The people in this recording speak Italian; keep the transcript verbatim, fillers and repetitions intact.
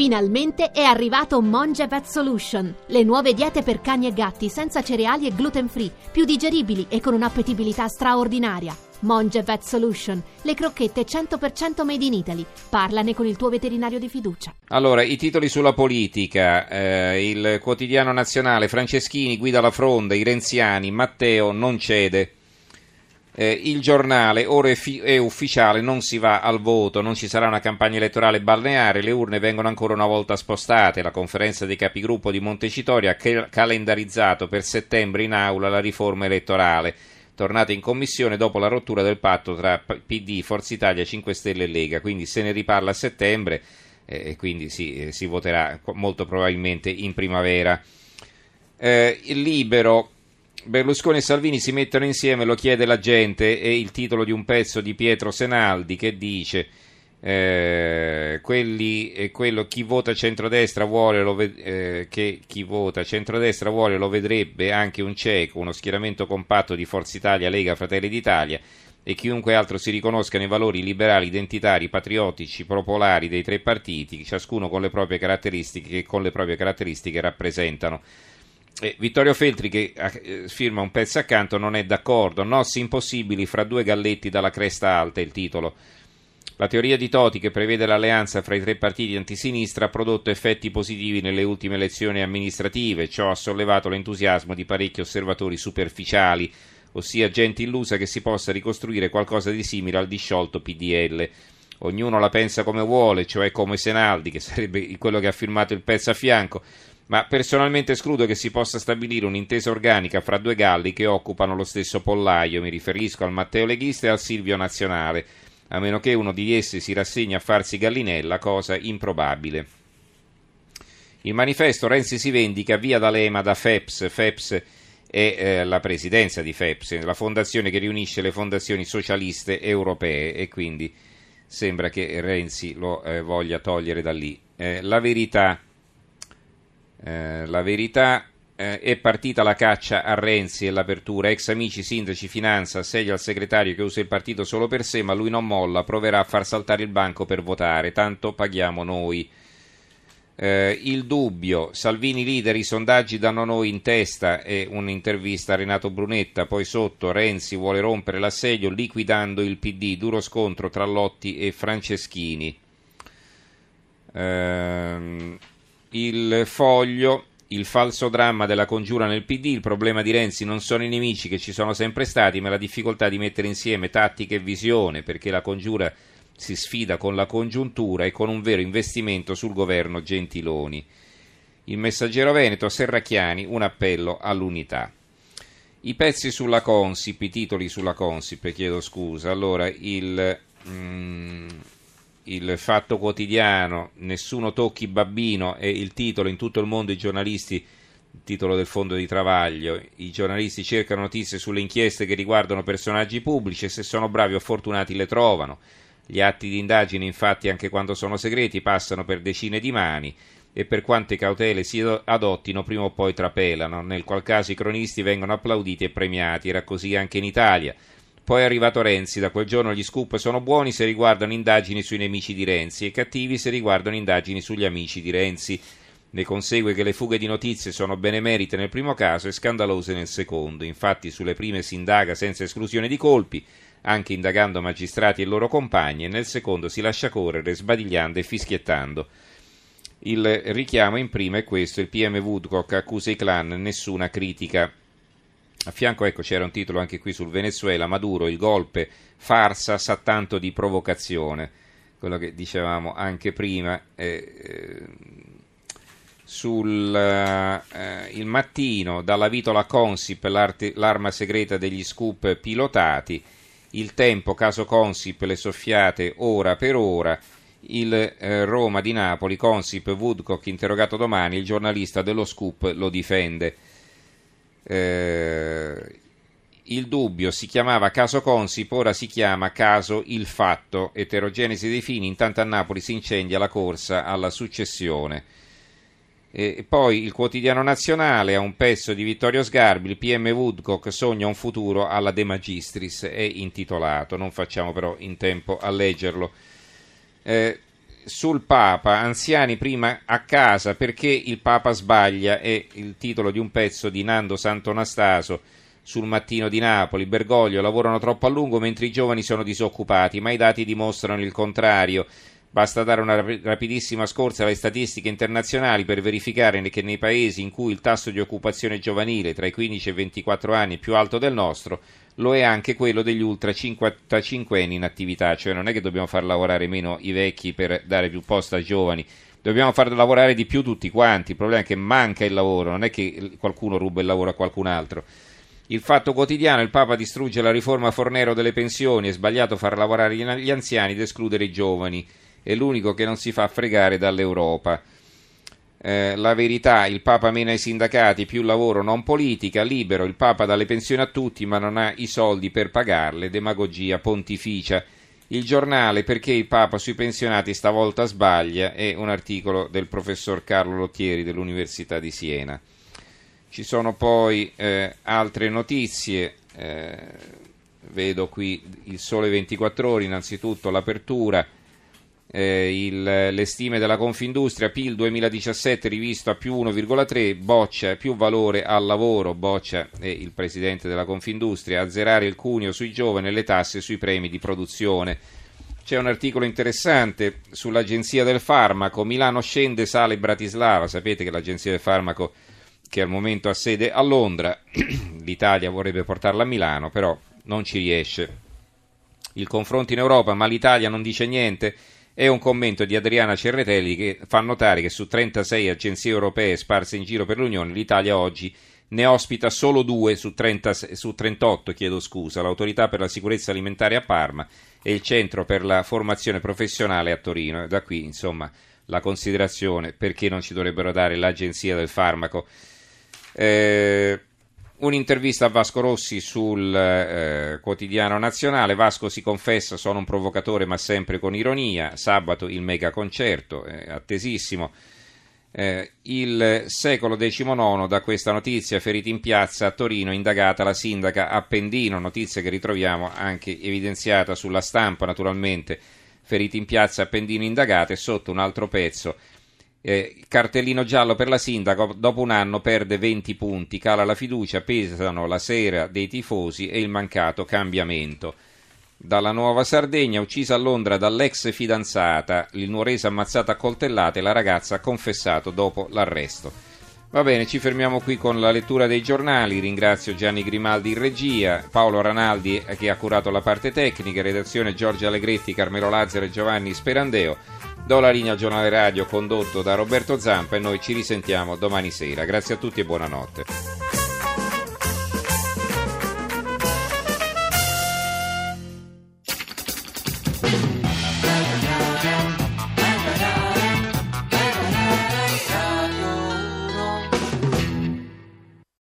Finalmente è arrivato Monge Vet Solution, le nuove diete per cani e gatti senza cereali e gluten free, più digeribili e con un'appetibilità straordinaria. Monge Vet Solution, le crocchette cento per cento made in Italy. Parlane con il tuo veterinario di fiducia. Allora, i titoli sulla politica, eh, il quotidiano nazionale, Franceschini guida la fronda, i renziani, Matteo non cede. Eh, il giornale, ora è, fi- è ufficiale, non si va al voto, non ci sarà una campagna elettorale balneare, le urne vengono ancora una volta spostate, la conferenza dei capigruppo di Montecitorio ha cal- calendarizzato per settembre in aula la riforma elettorale, tornata in commissione dopo la rottura del patto tra P D, Forza Italia, cinque Stelle e Lega, quindi se ne riparla a settembre e eh, quindi si, eh, si voterà molto probabilmente in primavera. Eh, il Libero, Berlusconi e Salvini si mettono insieme, lo chiede la gente, è il titolo di un pezzo di Pietro Senaldi che dice eh, quelli, eh, quello, chi vota centrodestra vuole lo ved- eh, che chi vota centrodestra vuole lo vedrebbe anche un cieco, uno schieramento compatto di Forza Italia, Lega, Fratelli d'Italia e chiunque altro si riconosca nei valori liberali, identitari, patriottici, popolari dei tre partiti, ciascuno con le proprie caratteristiche che con le proprie caratteristiche rappresentano. Eh, Vittorio Feltri, che eh, firma un pezzo accanto, non è d'accordo. Nossi impossibili fra due galletti dalla cresta alta, il titolo. La teoria di Toti, che prevede l'alleanza fra i tre partiti antisinistra, ha prodotto effetti positivi nelle ultime elezioni amministrative. Ciò ha sollevato l'entusiasmo di parecchi osservatori superficiali, ossia gente illusa che si possa ricostruire qualcosa di simile al disciolto P D L. Ognuno la pensa come vuole, cioè come Senaldi, che sarebbe quello che ha firmato il pezzo a fianco, ma personalmente escludo che si possa stabilire un'intesa organica fra due galli che occupano lo stesso pollaio. Mi riferisco al Matteo leghista e al Silvio nazionale, a meno che uno di essi si rassegni a farsi gallinella, cosa improbabile. Il manifesto, Renzi si vendica, via D'Alema da F E P S. F E P S è eh, la presidenza di F E P S, la fondazione che riunisce le fondazioni socialiste europee, e quindi sembra che Renzi lo eh, voglia togliere da lì. Eh, la verità... Eh, la verità eh, è partita la caccia a Renzi e l'apertura, ex amici, sindaci, finanza, assedia al segretario che usa il partito solo per sé, ma lui non molla, proverà a far saltare il banco per votare, tanto paghiamo noi. Eh, il dubbio, Salvini leader, i sondaggi danno noi in testa, è un'intervista a Renato Brunetta, poi sotto Renzi vuole rompere l'assedio liquidando il P D, duro scontro tra Lotti e Franceschini. Ehm... Il Foglio, il falso dramma della congiura nel P D, il problema di Renzi non sono i nemici che ci sono sempre stati, ma la difficoltà di mettere insieme tattica e visione, perché la congiura si sfida con la congiuntura e con un vero investimento sul governo Gentiloni. Il Messaggero Veneto, Serracchiani, un appello all'unità. I pezzi sulla Consip, i titoli sulla Consip, chiedo scusa. Allora, il... Mm, Il Fatto Quotidiano, nessuno tocchi Babbino, è il titolo. In tutto il mondo i giornalisti, il titolo del fondo di Travaglio, i giornalisti cercano notizie sulle inchieste che riguardano personaggi pubblici e se sono bravi o fortunati le trovano. Gli atti di indagine, infatti, anche quando sono segreti, passano per decine di mani e per quante cautele si adottino prima o poi trapelano, nel qual caso i cronisti vengono applauditi e premiati. Era così anche in Italia. Poi è arrivato Renzi, da quel giorno gli scoop sono buoni se riguardano indagini sui nemici di Renzi e cattivi se riguardano indagini sugli amici di Renzi. Ne consegue che le fughe di notizie sono benemerite nel primo caso e scandalose nel secondo. Infatti sulle prime si indaga senza esclusione di colpi, anche indagando magistrati e loro compagni, e nel secondo si lascia correre sbadigliando e fischiettando. Il richiamo in prima è questo, il P M Woodcock accusa i clan, nessuna critica. A fianco, ecco, c'era un titolo anche qui sul Venezuela, Maduro, il golpe, farsa, sa tanto di provocazione, quello che dicevamo anche prima. Eh, eh, sul eh, Il Mattino, dalla Vitola Consip, l'arma segreta degli scoop pilotati, il Tempo, caso Consip, le soffiate ora per ora, il eh, Roma di Napoli, Consip, Woodcock interrogato domani, il giornalista dello scoop lo difende. Eh, il Dubbio, si chiamava caso Consip, ora si chiama caso Il Fatto, eterogenesi dei fini, intanto a Napoli si incendia la corsa alla successione. E poi il Quotidiano Nazionale ha un pezzo di Vittorio Sgarbi, il P M Woodcock sogna un futuro alla De Magistris, è intitolato, non facciamo però in tempo a leggerlo. Eh, sul Papa, anziani prima a casa perché il Papa sbaglia, è il titolo di un pezzo di Nando Sant'Anastaso sul Mattino di Napoli. Bergoglio: lavorano troppo a lungo mentre i giovani sono disoccupati, ma i dati dimostrano il contrario. Basta dare una rapidissima scorsa alle statistiche internazionali per verificare che nei paesi in cui il tasso di occupazione giovanile tra i quindici e i ventiquattro anni è più alto del nostro, lo è anche quello degli ultra cinquantacinquenni in attività. Cioè non è che dobbiamo far lavorare meno i vecchi per dare più posto ai giovani, dobbiamo far lavorare di più tutti quanti. Il problema è che manca il lavoro, non è che qualcuno ruba il lavoro a qualcun altro. Il Fatto Quotidiano: il Papa distrugge la riforma Fornero delle pensioni, è sbagliato far lavorare gli anziani ed escludere i giovani, è l'unico che non si fa fregare dall'Europa. Eh, la Verità: il Papa mena i sindacati, più lavoro non politica. Libero: il Papa dà le pensioni a tutti ma non ha i soldi per pagarle, demagogia pontificia. Il Giornale: perché il Papa sui pensionati stavolta sbaglia, è un articolo del professor Carlo Lottieri dell'Università di Siena. Ci sono poi eh, altre notizie, eh, vedo qui il Sole ventiquattro Ore, innanzitutto l'apertura. Eh, il, le stime della Confindustria: P I L duemiladiciassette rivisto a più uno virgola tre, Boccia: più valore al lavoro. Boccia è il presidente della Confindustria. Azzerare il cuneo sui giovani e le tasse sui premi di produzione. C'è un articolo interessante sull'Agenzia del Farmaco: Milano scende, sale Bratislava. Sapete che l'Agenzia del Farmaco, che al momento ha sede a Londra, l'Italia vorrebbe portarla a Milano, però non ci riesce. Il confronto in Europa: ma l'Italia non dice niente. È un commento di Adriana Cerretelli che fa notare che su trentasei agenzie europee sparse in giro per l'Unione, l'Italia oggi ne ospita solo due su, trenta, su trentotto, chiedo scusa, l'Autorità per la Sicurezza Alimentare a Parma e il Centro per la Formazione Professionale a Torino. E da qui, insomma, la considerazione perché non ci dovrebbero dare l'Agenzia del Farmaco. Eh, Un'intervista a Vasco Rossi sul eh, Quotidiano Nazionale: Vasco si confessa, sono un provocatore ma sempre con ironia. Sabato il mega concerto, eh, attesissimo. Eh, il Secolo diciannove da questa notizia: feriti in piazza a Torino, indagata la sindaca Appendino. Notizia che ritroviamo anche evidenziata sulla Stampa, naturalmente. Feriti in piazza, Appendino indagata, e sotto un altro pezzo: Eh, cartellino giallo per la sindaca, dopo un anno perde venti punti, cala la fiducia, pesano la sera dei tifosi e il mancato cambiamento. Dalla Nuova Sardegna: uccisa a Londra dall'ex fidanzata, il nuorese ammazzato a coltellate, la ragazza ha confessato dopo l'arresto. Va bene, ci fermiamo qui con la lettura dei giornali. Ringrazio Gianni Grimaldi in regia, Paolo Ranaldi che ha curato la parte tecnica, redazione Giorgio Allegretti, Carmelo Lazzaro e Giovanni Sperandeo. Do la linea al giornale radio condotto da Roberto Zampa e noi ci risentiamo domani sera. Grazie a tutti e buonanotte.